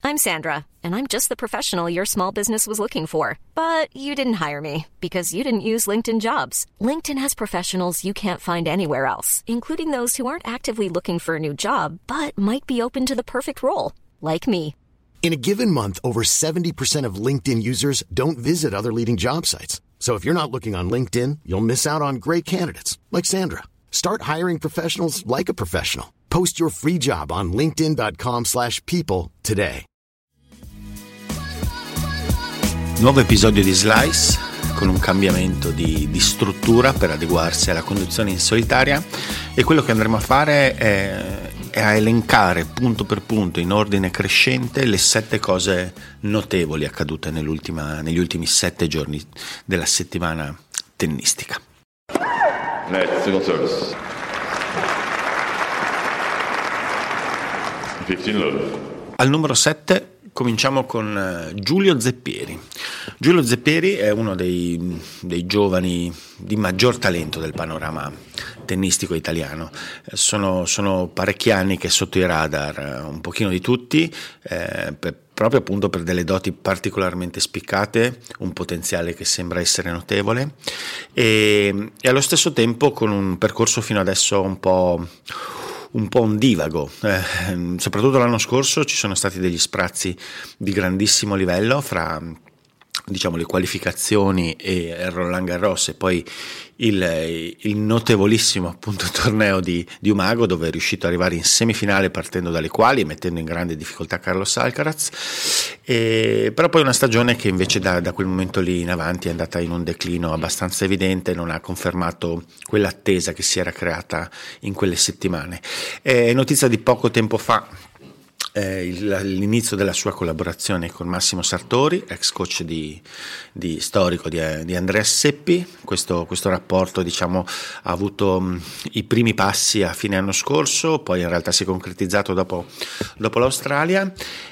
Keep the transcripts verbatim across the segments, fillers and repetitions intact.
I'm Sandra, and I'm just the professional your small business was looking for. But you didn't hire me because you didn't use LinkedIn Jobs. LinkedIn has professionals you can't find anywhere else, including those who aren't actively looking for a new job, but might be open to the perfect role, like me. In a given month, over seventy percent of LinkedIn users don't visit other leading job sites. So if you're not looking on LinkedIn, you'll miss out on great candidates like Sandra. Start hiring professionals like a professional. Post your free job on linkedin.com slash people today. Nuovo episodio di Slice con un cambiamento di, di struttura per adeguarsi alla conduzione in solitaria, e quello che andremo a fare è, è a elencare punto per punto in ordine crescente le sette cose notevoli accadute nell'ultima, negli ultimi sette giorni della settimana tennistica. Net single service. quindici love. Al numero sette cominciamo con Giulio Zeppieri. Giulio Zeppieri è uno dei, dei giovani di maggior talento del panorama tennistico italiano. Sono, sono parecchi anni che è sotto i radar un pochino di tutti, eh, per, proprio appunto per delle doti particolarmente spiccate, un potenziale che sembra essere notevole, e, e allo stesso tempo con un percorso fino adesso un po' un po' ondivago. Eh, soprattutto l'anno scorso ci sono stati degli sprazzi di grandissimo livello fra, diciamo, le qualificazioni e Roland Garros e poi il, il notevolissimo appunto torneo di, di Umago, dove è riuscito ad arrivare in semifinale partendo dalle quali, mettendo in grande difficoltà Carlos Alcaraz, e, però poi una stagione che invece da, da quel momento lì in avanti è andata in un declino abbastanza evidente, non ha confermato quell'attesa che si era creata in quelle settimane. È notizia di poco tempo fa Eh, il, l'inizio della sua collaborazione con Massimo Sartori, ex coach di, di storico di, di Andrea Seppi. Questo, questo rapporto, diciamo, ha avuto mh, i primi passi a fine anno scorso, poi in realtà si è concretizzato dopo, dopo l'Australia.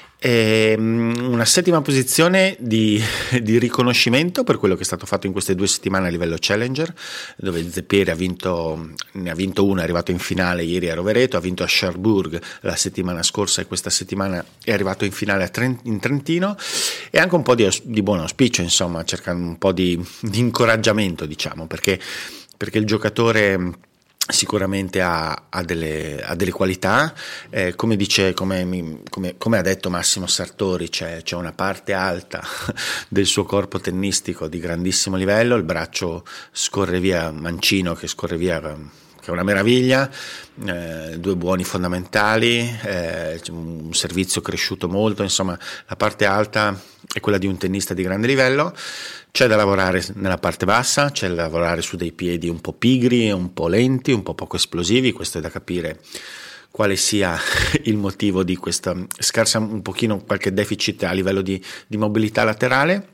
E, mh, una settima posizione di, di riconoscimento per quello che è stato fatto in queste due settimane a livello Challenger, dove Zeppieri ha vinto, ne ha vinto una, è arrivato in finale ieri a Rovereto, ha vinto a Cherbourg la settimana scorsa e questa settimana è arrivato in finale a Trent, in Trentino, e anche un po' di, di buon auspicio, insomma, cercando un po' di, di incoraggiamento, diciamo, perché, perché il giocatore sicuramente ha, ha, delle, ha delle qualità, eh, come dice, come, come, come ha detto Massimo Sartori, c'è, c'è una parte alta del suo corpo tennistico di grandissimo livello, il braccio scorre via, mancino che scorre via, che è una meraviglia, eh, due buoni fondamentali, eh, un servizio cresciuto molto, insomma la parte alta è quella di un tennista di grande livello. C'è da lavorare nella parte bassa, c'è da lavorare su dei piedi un po' pigri, un po' lenti, un po' poco esplosivi. Questo è da capire quale sia il motivo di questa scarsa, un pochino qualche deficit a livello di, di mobilità laterale.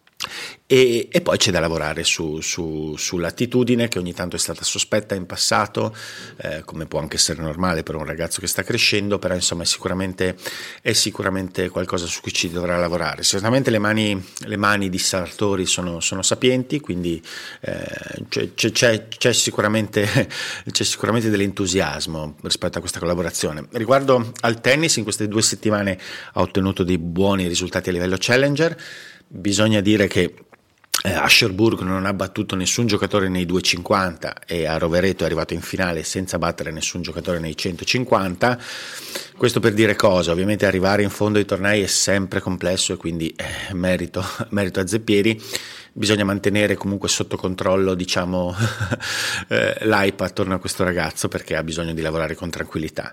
E, e poi c'è da lavorare su, su, sull'attitudine, che ogni tanto è stata sospetta in passato, eh, come può anche essere normale per un ragazzo che sta crescendo, però insomma è sicuramente, è sicuramente qualcosa su cui ci dovrà lavorare. Certamente le mani, le mani di Sartori sono, sono sapienti, quindi eh, c'è, c'è, c'è, sicuramente, c'è sicuramente dell'entusiasmo rispetto a questa collaborazione. Riguardo al tennis, in queste due settimane ha ottenuto dei buoni risultati a livello Challenger. Bisogna dire che eh, a Cherbourg non ha battuto nessun giocatore nei duecentocinquanta e a Rovereto è arrivato in finale senza battere nessun giocatore nei centocinquanta. Questo per dire cosa? Ovviamente arrivare in fondo ai tornei è sempre complesso, e quindi eh, merito, merito a Zeppieri. Bisogna mantenere comunque sotto controllo, diciamo, eh, l'hype attorno a questo ragazzo, perché ha bisogno di lavorare con tranquillità.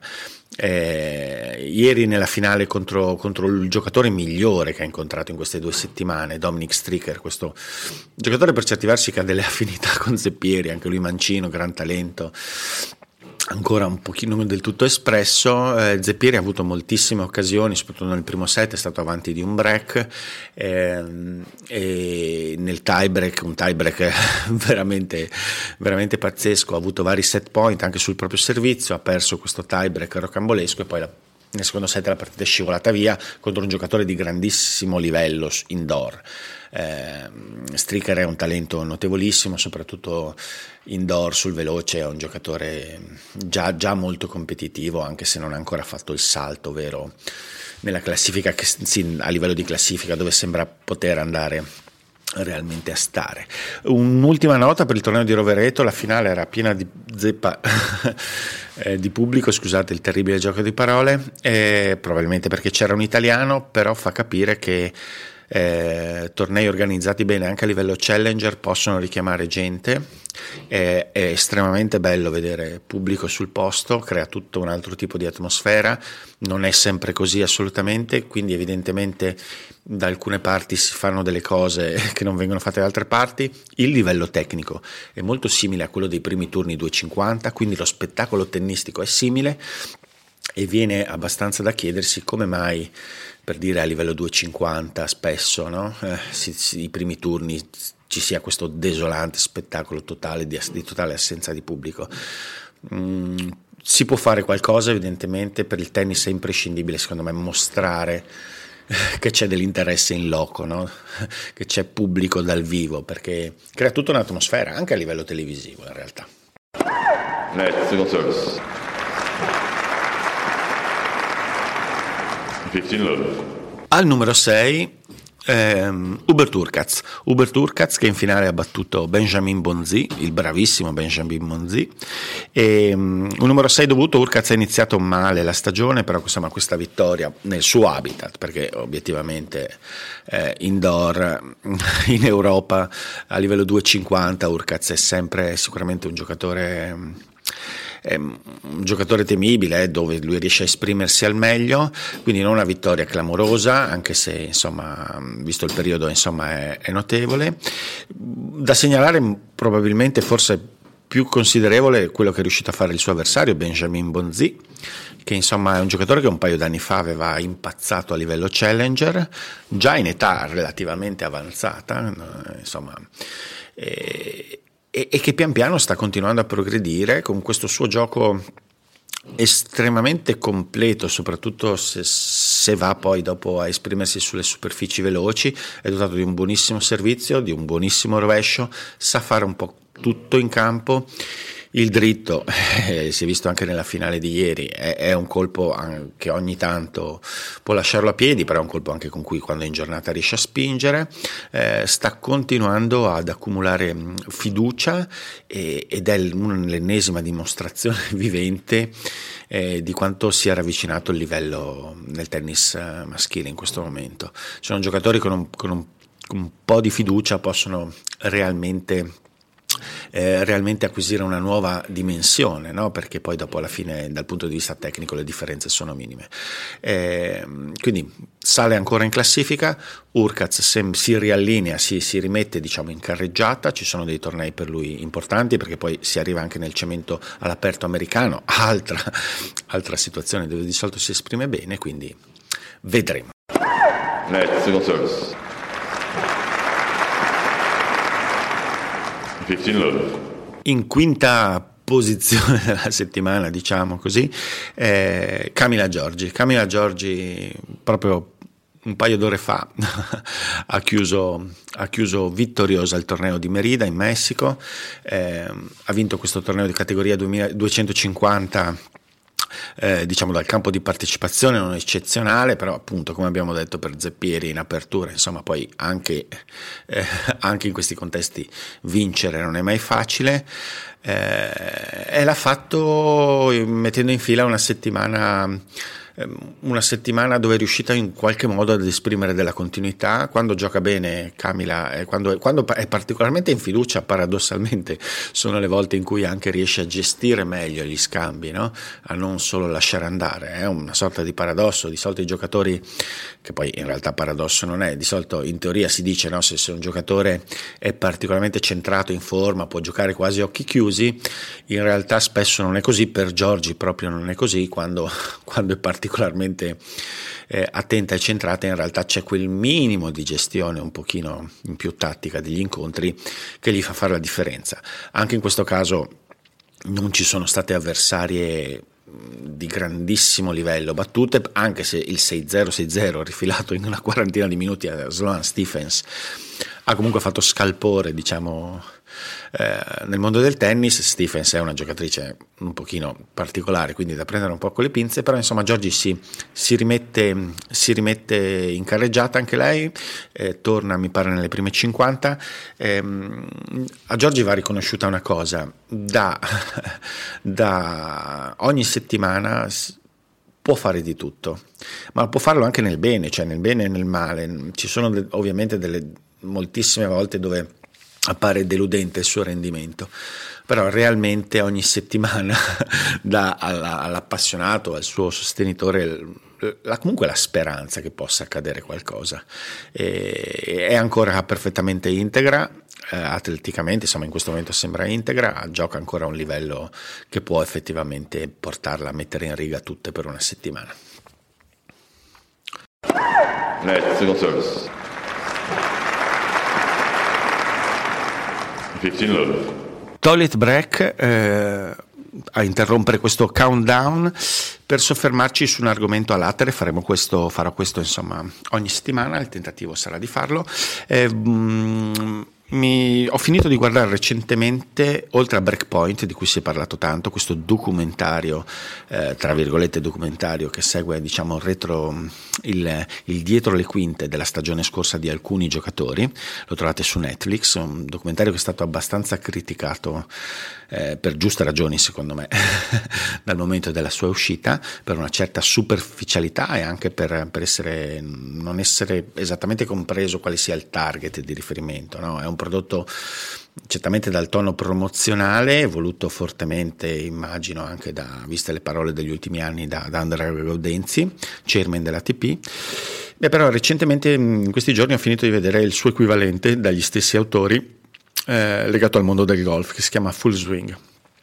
Eh, ieri nella finale contro, contro il giocatore migliore che ha incontrato in queste due settimane, Dominic Stricker, questo giocatore per certi versi che ha delle affinità con Zeppieri, anche lui mancino, gran talento, ancora un pochino del tutto espresso. eh, Zeppieri ha avuto moltissime occasioni, soprattutto nel primo set è stato avanti di un break, ehm, e nel tie break, un tie break veramente, veramente pazzesco, ha avuto vari set point anche sul proprio servizio, ha perso questo tie break rocambolesco, e poi la nel secondo set la partita è scivolata via contro un giocatore di grandissimo livello indoor. Eh, Stricker è un talento notevolissimo, soprattutto indoor sul veloce, è un giocatore già, già molto competitivo, anche se non ha ancora fatto il salto vero nella classifica, che, sì, a livello di classifica, dove sembra poter andare realmente a stare. Un'ultima nota per il torneo di Rovereto: la finale era piena di zeppa eh, di pubblico, scusate il terribile gioco di parole, eh, probabilmente perché c'era un italiano, però fa capire che Eh, tornei organizzati bene anche a livello challenger possono richiamare gente. Eh, è estremamente bello vedere pubblico sul posto, crea tutto un altro tipo di atmosfera, non è sempre così assolutamente, quindi evidentemente da alcune parti si fanno delle cose che non vengono fatte da altre parti. Il livello tecnico è molto simile a quello dei primi turni due cinquanta, quindi lo spettacolo tennistico è simile, e viene abbastanza da chiedersi come mai, per dire, a livello due cinquanta spesso, no? eh, si, si, i primi turni ci sia questo desolante spettacolo totale di, di totale assenza di pubblico. Mm, si può fare qualcosa, evidentemente. Per il tennis è imprescindibile, secondo me, mostrare che c'è dell'interesse in loco, no? Che c'è pubblico dal vivo, perché crea tutta un'atmosfera anche a livello televisivo in realtà. Net, second service. quindici love. Al numero sei ehm, Hubert Hurkacz. Hubert Hurkacz che in finale ha battuto Benjamin Bonzi, il bravissimo Benjamin Bonzi. E, um, un numero sei dovuto. Hurkacz ha iniziato male la stagione, però insomma questa vittoria nel suo habitat, perché obiettivamente eh, indoor in Europa a livello due cinquanta Hurkacz è sempre sicuramente un giocatore è un giocatore temibile, eh, dove lui riesce a esprimersi al meglio, quindi non una vittoria clamorosa, anche se insomma visto il periodo insomma è, è notevole. Da segnalare probabilmente forse più considerevole quello che è riuscito a fare il suo avversario Benjamin Bonzi, che insomma è un giocatore che un paio d'anni fa aveva impazzato a livello challenger, già in età relativamente avanzata, insomma, e, e che pian piano sta continuando a progredire con questo suo gioco estremamente completo, soprattutto se, se va poi dopo a esprimersi sulle superfici veloci. È dotato di un buonissimo servizio, di un buonissimo rovescio, sa fare un po' tutto in campo. Il dritto, eh, si è visto anche nella finale di ieri, è, è un colpo che ogni tanto può lasciarlo a piedi, però è un colpo anche con cui quando è in giornata riesce a spingere. Eh, sta continuando ad accumulare fiducia e, ed è l'ennesima dimostrazione vivente eh, di quanto sia ravvicinato il livello nel tennis maschile in questo momento. Sono giocatori con un, con un, con un po' di fiducia possono realmente Eh, realmente acquisire una nuova dimensione, no? Perché poi dopo alla fine dal punto di vista tecnico le differenze sono minime. Eh, quindi sale ancora in classifica. Hurkacz sem- si riallinea, si, si rimette diciamo in carreggiata, ci sono dei tornei per lui importanti, perché poi si arriva anche nel cemento all'aperto americano, altra, altra situazione dove di solito si esprime bene, quindi vedremo. Net, second service. quindici love. In quinta posizione della settimana, diciamo così, eh, Camila Giorgi. Camila Giorgi proprio un paio d'ore fa ha chiuso, ha chiuso vittoriosa il torneo di Merida in Messico, eh, ha vinto questo torneo di categoria duemiladuecentocinquanta, Eh, diciamo dal campo di partecipazione non eccezionale, però appunto come abbiamo detto per Zeppieri in apertura, insomma poi anche, eh, anche in questi contesti vincere non è mai facile, eh, e l'ha fatto mettendo in fila una settimana una settimana dove è riuscita in qualche modo ad esprimere della continuità. Quando gioca bene Camila, quando, quando è particolarmente in fiducia, paradossalmente sono le volte in cui anche riesce a gestire meglio gli scambi, no? A non solo lasciare andare. È una sorta di paradosso. Di solito i giocatori, che poi in realtà paradosso non è, di solito in teoria si dice, no? se, se un giocatore è particolarmente centrato, in forma, può giocare quasi a occhi chiusi. In realtà spesso non è così. Per Giorgi proprio non è così. Quando, quando è particolarmente particolarmente eh, attenta e centrata, in realtà c'è quel minimo di gestione un pochino in più tattica degli incontri che gli fa fare la differenza. Anche in questo caso non ci sono state avversarie di grandissimo livello battute, anche se il sei zero sei zero rifilato in una quarantina di minuti a Sloane Stephens ha comunque fatto scalpore, diciamo, eh, nel mondo del tennis. Stephens è una giocatrice un pochino particolare, quindi da prendere un po' con le pinze, però insomma Giorgi si, si, rimette, si rimette in carreggiata anche lei, eh, torna mi pare nelle prime cinquanta. Eh, a Giorgi va riconosciuta una cosa: da, da ogni settimana può fare di tutto, ma può farlo anche nel bene, cioè nel bene e nel male. Ci sono de- ovviamente delle moltissime volte dove appare deludente il suo rendimento, però realmente ogni settimana dà alla, all'appassionato, al suo sostenitore, la, comunque la speranza che possa accadere qualcosa. E, è ancora perfettamente integra, eh, atleticamente, insomma in questo momento sembra integra, gioca ancora a un livello che può effettivamente portarla a mettere in riga tutte per una settimana. Net, second service. quindici love. Toilet break, eh, a interrompere questo countdown per soffermarci su un argomento a latere. Faremo questo, farò questo insomma ogni settimana, il tentativo sarà di farlo. Eh, mm, Mi, ho finito di guardare recentemente, oltre a Breakpoint, di cui si è parlato tanto, questo documentario, eh, tra virgolette documentario, che segue diciamo retro il, il dietro le quinte della stagione scorsa di alcuni giocatori. Lo trovate su Netflix, un documentario che è stato abbastanza criticato, eh, per giuste ragioni secondo me, dal momento della sua uscita, per una certa superficialità e anche per, per essere, non essere esattamente compreso quale sia il target di riferimento, no? È un prodotto certamente dal tono promozionale, voluto fortemente, immagino anche da, viste le parole degli ultimi anni, da, da Andrea Gaudenzi, chairman dell'A T P. Beh, però recentemente, in questi giorni, ho finito di vedere il suo equivalente dagli stessi autori, eh, legato al mondo del golf, che si chiama Full Swing.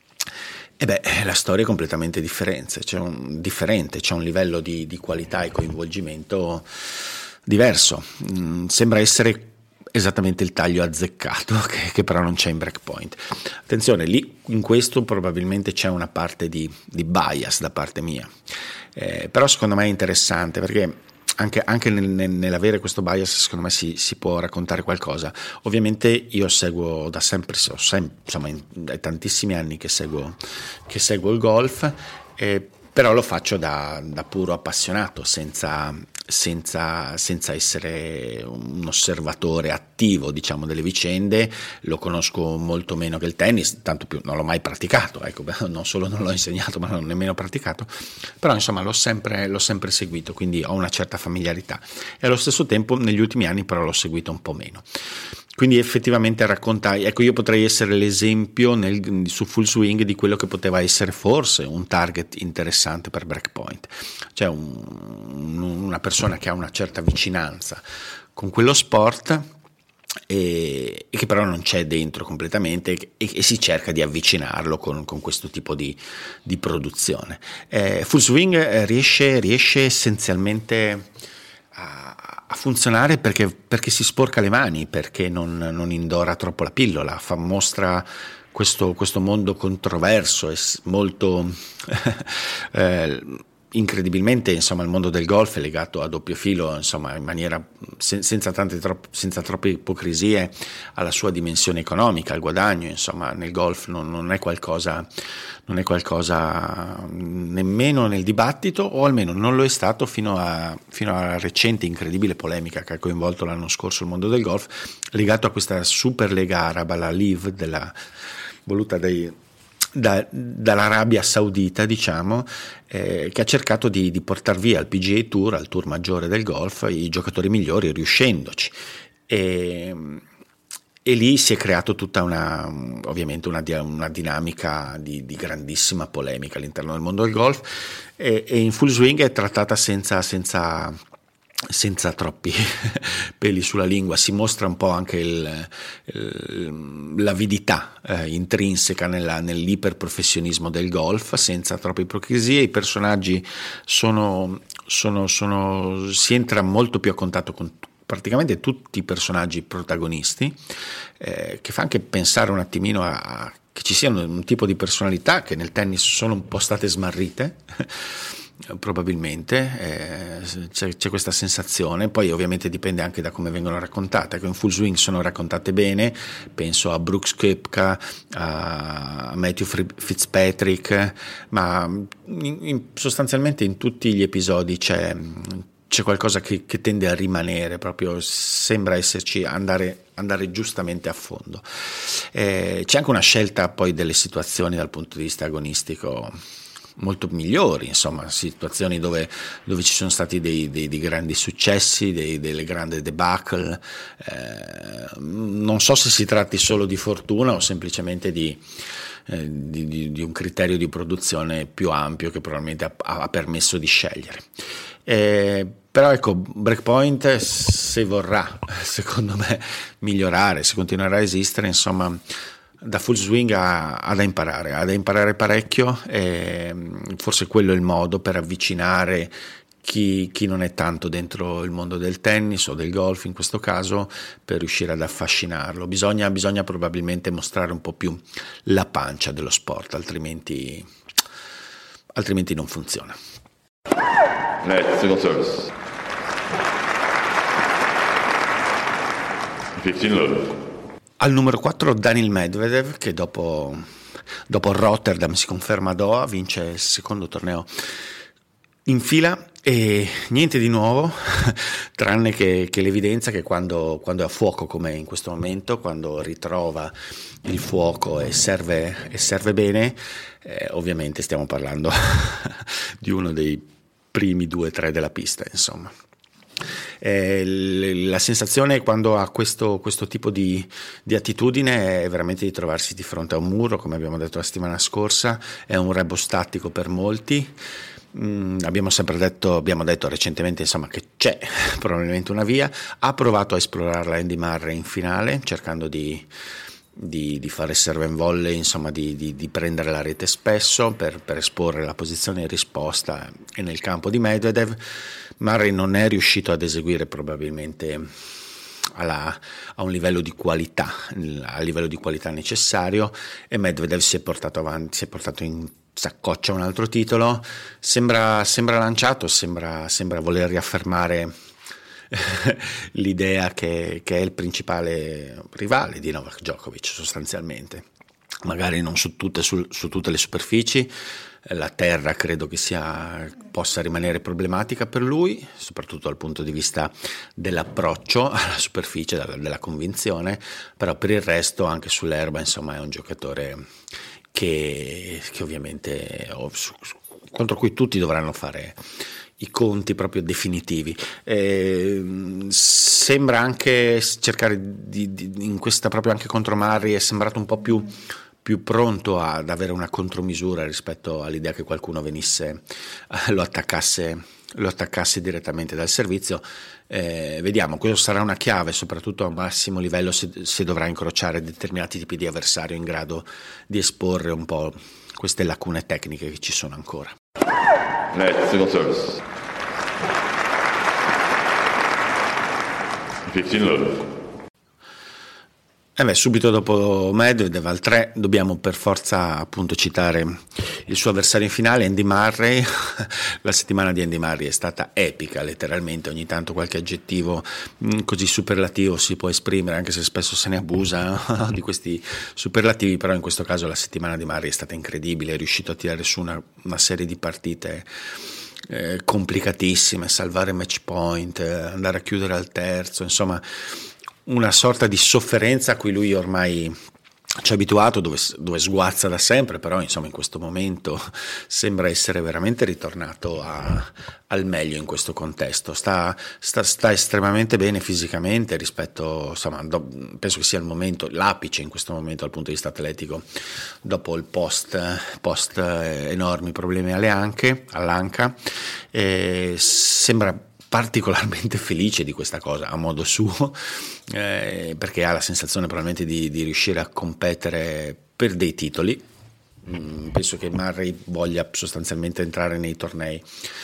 E beh, la storia è completamente differente, c'è un, differente, c'è un livello di, di qualità e coinvolgimento diverso. Mm, sembra essere esattamente il taglio azzeccato che, che però non c'è in Breakpoint. Attenzione, lì in questo probabilmente c'è una parte di, di bias da parte mia, eh, però secondo me è interessante perché anche, anche nel, nel, nell'avere questo bias secondo me si, si può raccontare qualcosa. Ovviamente io seguo da sempre, so, sem- insomma in, da tantissimi anni che seguo, che seguo il golf, eh, però lo faccio da, da puro appassionato, senza, senza, senza essere un osservatore attivo, diciamo, delle vicende. Lo conosco molto meno che il tennis, tanto più non l'ho mai praticato, ecco, non solo non l'ho insegnato, ma non l'ho nemmeno praticato, però insomma l'ho sempre, l'ho sempre seguito, quindi ho una certa familiarità, e allo stesso tempo negli ultimi anni però l'ho seguito un po' meno. Quindi effettivamente racconta, ecco, io potrei essere l'esempio nel, su Full Swing di quello che poteva essere forse un target interessante per Breakpoint, cioè un, una persona che ha una certa vicinanza con quello sport e, e che però non c'è dentro completamente, e, e si cerca di avvicinarlo con, con questo tipo di, di produzione. Eh, Full Swing riesce, riesce essenzialmente a a funzionare perché, perché si sporca le mani, perché non, non indora troppo la pillola, fa, mostra questo, questo mondo controverso e molto eh, incredibilmente, insomma, il mondo del golf è legato a doppio filo, insomma, in maniera sen- senza tante tro- senza troppe ipocrisie, alla sua dimensione economica, al guadagno. Insomma, nel golf non, non è qualcosa non è qualcosa nemmeno nel dibattito, o almeno non lo è stato fino a fino alla recente incredibile polemica che ha coinvolto l'anno scorso il mondo del golf, legato a questa super lega araba, la Live, della voluta dai Da, dall'Arabia Saudita, diciamo, eh, che ha cercato di, di portare via al P G A Tour, al tour maggiore del golf, i giocatori migliori, riuscendoci. E, e lì si è creato tutta una, ovviamente una, una dinamica di, di grandissima polemica all'interno del mondo del golf, e, e in Full Swing è trattata senza, senza senza troppi peli sulla lingua. Si mostra un po' anche il, il, l'avidità eh, intrinseca nella, nell'iperprofessionismo del golf, senza troppe ipocrisie. I personaggi sono, sono, sono si entra molto più a contatto con praticamente tutti i personaggi protagonisti, eh, che fa anche pensare un attimino a, a che ci siano un tipo di personalità che nel tennis sono un po' state smarrite, probabilmente, eh, c'è, c'è questa sensazione. Poi ovviamente dipende anche da come vengono raccontate, che in Full Swing sono raccontate bene, penso a Brooks Koepka, a Matthew Fitzpatrick, ma in, in, sostanzialmente in tutti gli episodi c'è c'è qualcosa che, che tende a rimanere, proprio sembra esserci, andare, andare giustamente a fondo. Eh, c'è anche una scelta poi delle situazioni dal punto di vista agonistico molto migliori, insomma, situazioni dove, dove ci sono stati dei, dei, dei grandi successi, dei, delle grandi debacle. Eh, non so se si tratti solo di fortuna o semplicemente di eh, Di, di, di un criterio di produzione più ampio che probabilmente ha, ha permesso di scegliere. Eh, però ecco, Breakpoint, se vorrà, secondo me, migliorare, se continuerà a esistere, insomma, da Full Swing ha, ha da imparare, ha da imparare parecchio, e forse quello è il modo per avvicinare chi, chi non è tanto dentro il mondo del tennis o del golf in questo caso, per riuscire ad affascinarlo. Bisogna, bisogna probabilmente mostrare un po' più la pancia dello sport, altrimenti, altrimenti non funziona. Net, second service. quindici love. Al numero quattro Daniil Medvedev, che dopo, dopo Rotterdam si conferma a Doha, vince il secondo torneo in fila e niente di nuovo, tranne che, che l'evidenza che quando, quando è a fuoco come in questo momento, quando ritrova il fuoco e serve, e serve bene, eh, ovviamente stiamo parlando di uno dei primi due o tre della pista, insomma. Eh, la sensazione quando ha questo, questo tipo di, di attitudine è veramente di trovarsi di fronte a un muro, come abbiamo detto la settimana scorsa. È un rebostastico per molti. Mm, abbiamo sempre detto, abbiamo detto recentemente, insomma, che c'è probabilmente una via. Ha provato a esplorarla Andy Murray in finale, cercando di Di, di fare serve and volley, insomma di, di, di prendere la rete spesso per, per esporre la posizione in risposta e nel campo di Medvedev. Murray non è riuscito ad eseguire probabilmente alla, a un livello di qualità, a livello di qualità necessario, e Medvedev si è portato avanti, si è portato in saccoccia un altro titolo. Sembra, sembra lanciato, sembra, sembra voler riaffermare l'idea che, che è il principale rivale di Novak Djokovic, sostanzialmente, magari non su tutte, su, su tutte le superfici. La terra credo che sia, possa rimanere problematica per lui, soprattutto dal punto di vista dell'approccio alla superficie, della, della convinzione, però per il resto anche sull'erba, insomma, è un giocatore che, che ovviamente su, su, contro cui tutti dovranno fare i conti proprio definitivi. Eh, sembra anche cercare di, di in questa proprio anche contro Murray è sembrato un po' più, più pronto ad avere una contromisura rispetto all'idea che qualcuno venisse eh, lo attaccasse lo attaccasse direttamente dal servizio. Eh, vediamo, questo sarà una chiave soprattutto a massimo livello se, se dovrà incrociare determinati tipi di avversario in grado di esporre un po' queste lacune tecniche che ci sono ancora. Net, second service. quindici love. Eh beh, subito dopo Medvedev al tre dobbiamo per forza appunto citare il suo avversario in finale, Andy Murray. La settimana di Andy Murray è stata epica, letteralmente. Ogni tanto qualche aggettivo mh, così superlativo si può esprimere, anche se spesso se ne abusa no? di questi superlativi, però in questo caso la settimana di Murray è stata incredibile, è riuscito a tirare su una, una serie di partite eh, complicatissime, salvare match point, eh, andare a chiudere al terzo, insomma una sorta di sofferenza a cui lui ormai ci ha abituato, dove, dove sguazza da sempre, però insomma in questo momento sembra essere veramente ritornato a, al meglio in questo contesto. Sta, sta, sta estremamente bene fisicamente rispetto, insomma, do, penso che sia il momento, l'apice in questo momento dal punto di vista atletico, dopo il post, post eh, enormi problemi alle anche, all'anca. Eh, sembra particolarmente felice di questa cosa a modo suo, eh, perché ha la sensazione probabilmente di, di riuscire a competere per dei titoli. Mm, penso che Murray voglia sostanzialmente entrare nei tornei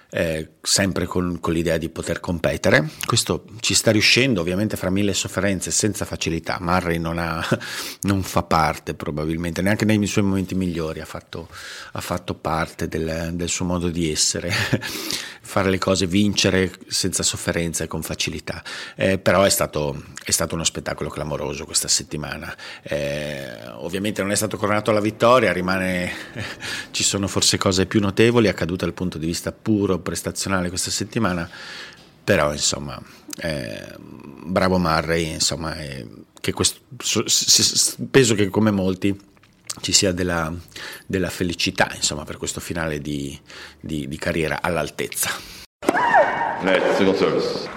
Eh, sempre con, con l'idea di poter competere. Questo ci sta riuscendo, ovviamente fra mille sofferenze, senza facilità. Murray non, ha, non fa parte probabilmente, neanche nei suoi momenti migliori ha fatto, ha fatto parte del, del suo modo di essere, fare le cose, vincere senza sofferenza e con facilità. Eh, però è stato, è stato uno spettacolo clamoroso questa settimana. Eh, ovviamente non è stato coronato alla vittoria, rimane, ci sono forse cose più notevoli accadute dal punto di vista puro prestazionale questa settimana, però insomma eh, bravo Murray, insomma eh, che questo, penso che come molti ci sia della, della felicità insomma per questo finale di, di, di carriera all'altezza. Net, second service.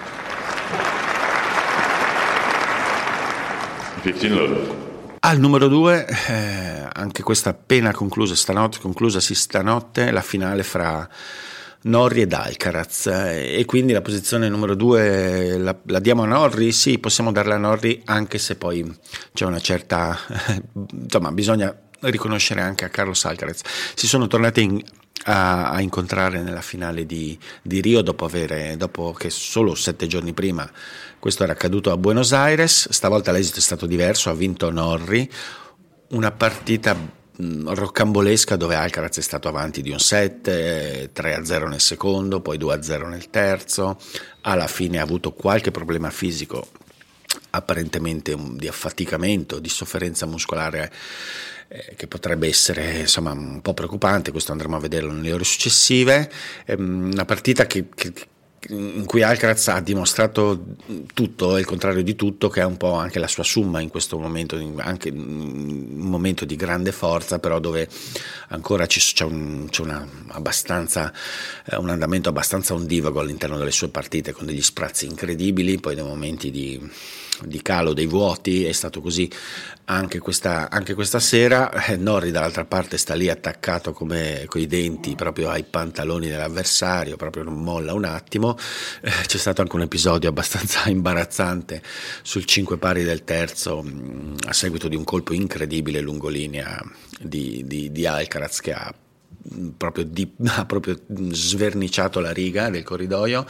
quindici love. Al numero due, eh, anche questa appena conclusa stanotte, conclusasi stanotte, la finale fra Norrie ed Alcaraz, e quindi la posizione numero due la, la diamo a Norrie. Sì, possiamo darla a Norrie, anche se poi c'è una certa insomma bisogna riconoscere anche a Carlos Alcaraz. Si sono tornati in, a, a incontrare nella finale di, di Rio dopo, avere, dopo che solo sette giorni prima questo era accaduto a Buenos Aires. Stavolta l'esito è stato diverso, ha vinto Norrie, una partita roccambolesca dove Alcaraz è stato avanti di un set, tre a zero nel secondo, poi due a zero nel terzo. Alla fine ha avuto qualche problema fisico, apparentemente di affaticamento, di sofferenza muscolare, eh, che potrebbe essere insomma un po' preoccupante. Questo andremo a vederlo nelle ore successive. È una partita che, che in cui Alcaraz ha dimostrato tutto e il contrario di tutto, che è un po' anche la sua summa in questo momento, anche un momento di grande forza, però dove ancora c'è un, c'è una abbastanza, un andamento abbastanza ondivago all'interno delle sue partite, con degli sprazzi incredibili, poi dei momenti di, di calo, dei vuoti. È stato così anche questa, anche questa sera. Norrie dall'altra parte sta lì attaccato come coi denti proprio ai pantaloni dell'avversario, proprio non molla un attimo. Eh, c'è stato anche un episodio abbastanza imbarazzante sul cinque pari del terzo, mh, a seguito di un colpo incredibile lungolinea di, di, di Alcaraz, che ha proprio, di, ha proprio sverniciato la riga del corridoio.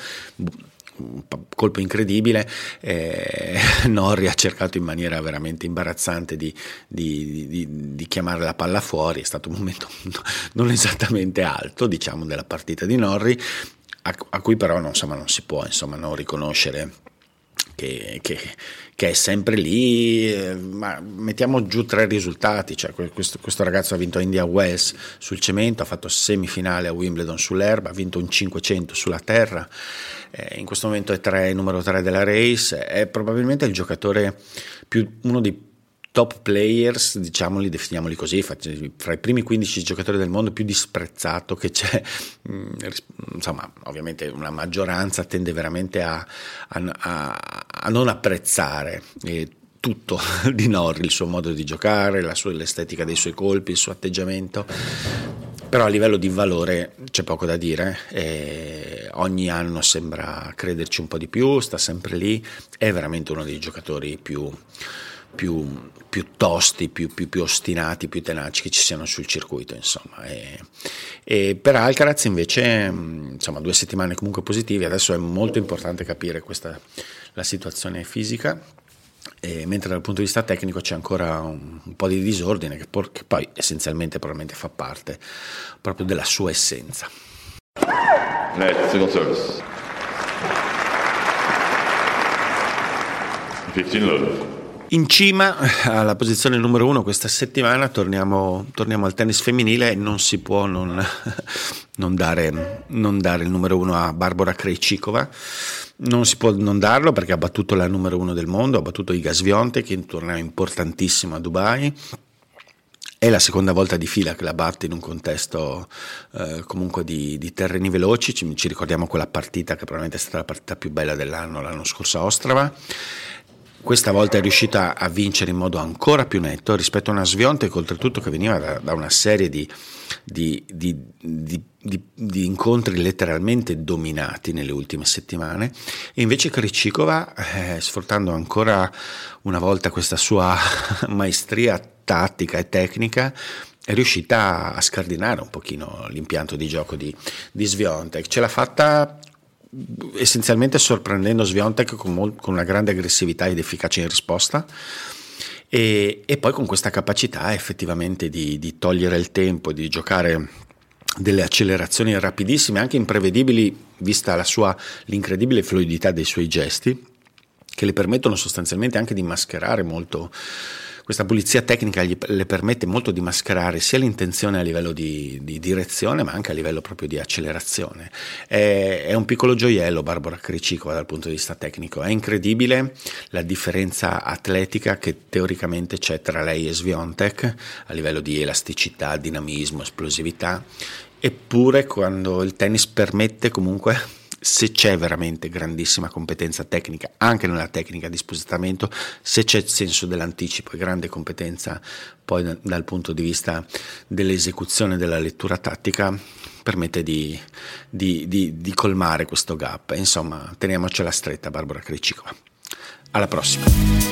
Un colpo incredibile. eh, Norrie ha cercato in maniera veramente imbarazzante di, di, di, di chiamare la palla fuori. È stato un momento non esattamente alto, diciamo, della partita di Norrie, a, a cui però non, insomma, non si può insomma, non riconoscere che, che, che è sempre lì. eh, ma mettiamo giù tre risultati, cioè questo, questo ragazzo ha vinto a India Wells sul cemento, ha fatto semifinale a Wimbledon sull'erba, ha vinto un cinquecento sulla terra. Eh, in questo momento è tre, numero tre della race, è probabilmente il giocatore più, uno dei top players, diciamoli, definiamoli così, fra i primi quindici giocatori del mondo, più disprezzato che c'è. Insomma, ovviamente una maggioranza tende veramente a, a, a non apprezzare eh, tutto di Norrie, il suo modo di giocare, la sua, l'estetica dei suoi colpi, il suo atteggiamento. Però a livello di valore c'è poco da dire, e ogni anno sembra crederci un po' di più, sta sempre lì, è veramente uno dei giocatori più, più, più tosti, più, più, più ostinati, più tenaci che ci siano sul circuito, insomma. E, e per Alcaraz invece, insomma, due settimane comunque positive. Adesso è molto importante capire questa, la situazione fisica. E mentre dal punto di vista tecnico c'è ancora un, un po' di disordine che, por- che poi essenzialmente probabilmente fa parte proprio della sua essenza. Net, second service. quindici love. In cima alla posizione numero uno questa settimana torniamo, torniamo al tennis femminile, e non si può non, non, dare, non dare il numero uno a Barbora Krejcikova. Non si può non darlo perché ha battuto la numero uno del mondo, ha battuto Iga Swiatek in un torneo importantissimo a Dubai. È la seconda volta di fila che la batte in un contesto eh, comunque di, di terreni veloci. Ci, ci ricordiamo quella partita che probabilmente è stata la partita più bella dell'anno, l'anno scorso a Ostrava. Questa volta è riuscita a vincere in modo ancora più netto rispetto a una Swiatek, oltretutto, che veniva da, da una serie di, di, di, di, di, di incontri letteralmente dominati nelle ultime settimane. E invece Krejcikova, eh, sfruttando ancora una volta questa sua maestria tattica e tecnica, è riuscita a scardinare un pochino l'impianto di gioco di, di Swiatek. Ce l'ha fatta essenzialmente sorprendendo Swiatek con, mol- con una grande aggressività ed efficacia in risposta, e, e poi con questa capacità effettivamente di, di togliere il tempo, di giocare delle accelerazioni rapidissime, anche imprevedibili vista la sua, l'incredibile fluidità dei suoi gesti, che le permettono sostanzialmente anche di mascherare molto. Questa pulizia tecnica gli, le permette molto di mascherare sia l'intenzione a livello di, di direzione, ma anche a livello proprio di accelerazione. È, è un piccolo gioiello Barbora Krejcikova dal punto di vista tecnico. È incredibile la differenza atletica che teoricamente c'è tra lei e Swiatek a livello di elasticità, dinamismo, esplosività. Eppure, quando il tennis permette, comunque, se c'è veramente grandissima competenza tecnica, anche nella tecnica di spostamento, se c'è senso dell'anticipo e grande competenza poi dal punto di vista dell'esecuzione della lettura tattica, permette di, di, di, di colmare questo gap. Insomma, teniamocela stretta, Barbora Krejcikova. Alla prossima.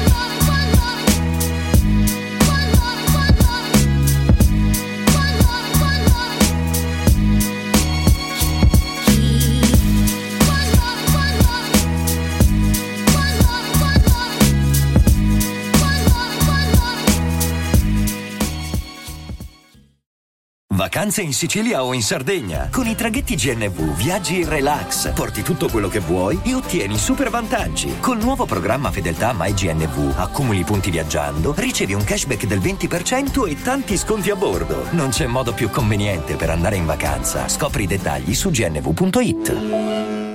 Vacanze in Sicilia o in Sardegna. Con i traghetti G N V viaggi in relax, porti tutto quello che vuoi e ottieni super vantaggi. Col nuovo programma Fedeltà MyGNV accumuli punti viaggiando, ricevi un cashback del venti per cento e tanti sconti a bordo. Non c'è modo più conveniente per andare in vacanza. Scopri i dettagli su gnv punto it.